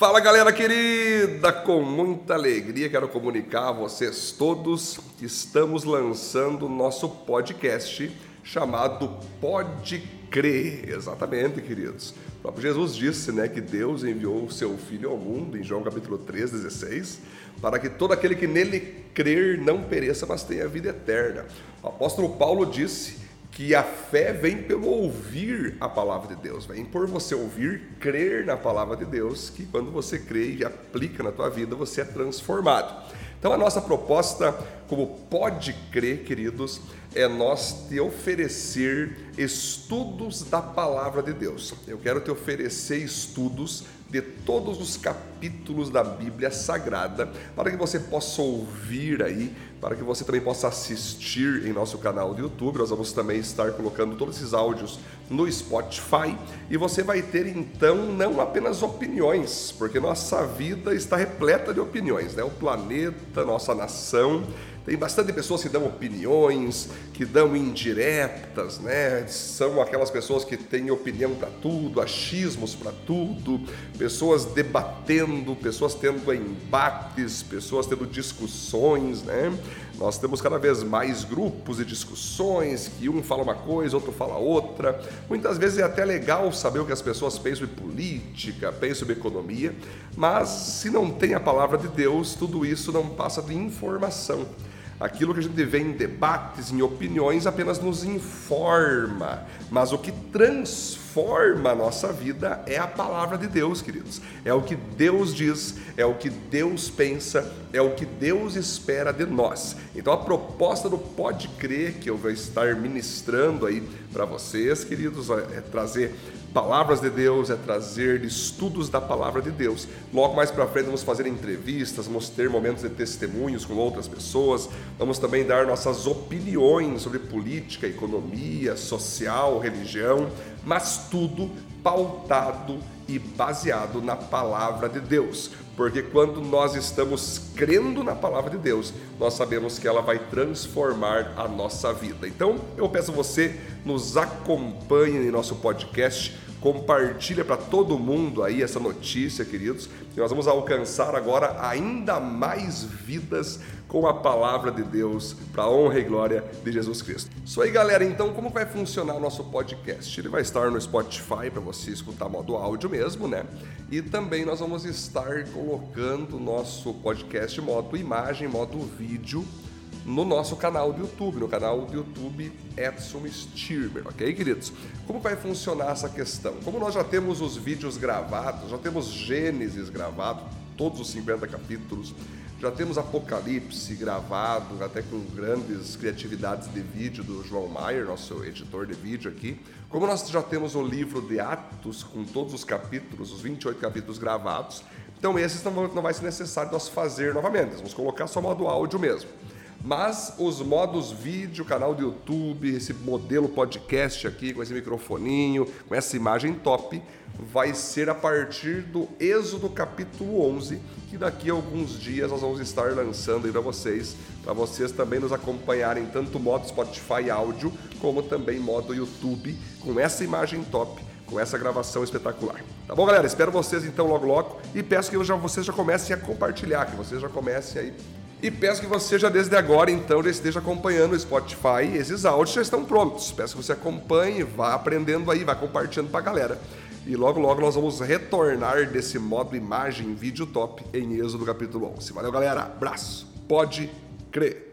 Fala galera querida, com muita alegria quero comunicar a vocês todos que estamos lançando o nosso podcast chamado Pode Crer. Exatamente, queridos. O próprio Jesus disse, que Deus enviou o seu Filho ao mundo, em João capítulo 3:16, para que todo aquele que nele crer não pereça, mas tenha vida eterna. O apóstolo Paulo disse que a fé vem pelo ouvir a palavra de Deus, vem por você ouvir, crer na palavra de Deus, que quando você crê e aplica na tua vida, você é transformado. Então a nossa proposta, como Pode Crer, queridos, é nós te oferecer estudos da palavra de Deus. Eu quero te oferecer estudos de todos os capítulos da Bíblia Sagrada, para que você possa ouvir aí, para que você também possa assistir em nosso canal do YouTube. Nós vamos também estar colocando todos esses áudios no Spotify, e você vai ter então não apenas opiniões, porque nossa vida está repleta de opiniões, O planeta, nossa nação, tem bastante pessoas que dão opiniões, que dão indiretas, São aquelas pessoas que têm opinião para tudo, achismos para tudo, pessoas debatendo, pessoas tendo embates, pessoas tendo discussões, Nós temos cada vez mais grupos de discussões, que um fala uma coisa, outro fala outra. Muitas vezes é até legal saber o que as pessoas pensam sobre política, pensam sobre economia, mas se não tem a palavra de Deus, tudo isso não passa de informação. Aquilo que a gente vê em debates, em opiniões, apenas nos informa, mas o que transforma a nossa vida é a palavra de Deus, queridos. É o que Deus diz, é o que Deus pensa, é o que Deus espera de nós. Então a proposta do Pode Crer, que eu vou estar ministrando aí para vocês, queridos, é trazer palavras de Deus, é trazer estudos da palavra de Deus. Logo mais para frente vamos fazer entrevistas, vamos ter momentos de testemunhos com outras pessoas, vamos também dar nossas opiniões sobre política, economia, social, religião, mas tudo pautado e baseado na palavra de Deus. Porque quando nós estamos crendo na palavra de Deus, nós sabemos que ela vai transformar a nossa vida. Então, eu peço a você, nos acompanhe em nosso podcast, compartilha para todo mundo aí essa notícia, queridos, que nós vamos alcançar agora ainda mais vidas com a palavra de Deus, para a honra e glória de Jesus Cristo. Isso aí, galera. Então, como vai funcionar o nosso podcast? Ele vai estar no Spotify para você escutar modo áudio mesmo, E também nós vamos estar colocando o nosso podcast modo imagem, modo vídeo, no nosso canal do YouTube, no canal do YouTube Edson Stirmer, ok, queridos? Como vai funcionar essa questão? Como nós já temos os vídeos gravados, já temos Gênesis gravado, todos os 50 capítulos, já temos Apocalipse gravado, até com grandes criatividades de vídeo do João Maier, nosso editor de vídeo aqui. Como nós já temos o livro de Atos, com todos os capítulos, os 28 capítulos gravados, então esses não vai ser necessário nós fazer novamente, vamos colocar só modo áudio mesmo. Mas os modos vídeo, canal do YouTube, esse modelo podcast aqui, com esse microfoninho, com essa imagem top, vai ser a partir do Êxodo capítulo 11, que daqui a alguns dias nós vamos estar lançando aí para vocês também nos acompanharem, tanto modo Spotify áudio, como também modo YouTube, com essa imagem top, com essa gravação espetacular. Tá bom, galera? Espero vocês então logo, e peço que vocês já comecem a compartilhar, que vocês já comecem aí. E peço que você já desde agora, então, já esteja acompanhando o Spotify. Esses áudios já estão prontos. Peço que você acompanhe, vá aprendendo aí, vá compartilhando para a galera. E logo nós vamos retornar desse modo imagem, vídeo top em Êxodo capítulo 11. Valeu, galera. Abraço. Pode crer.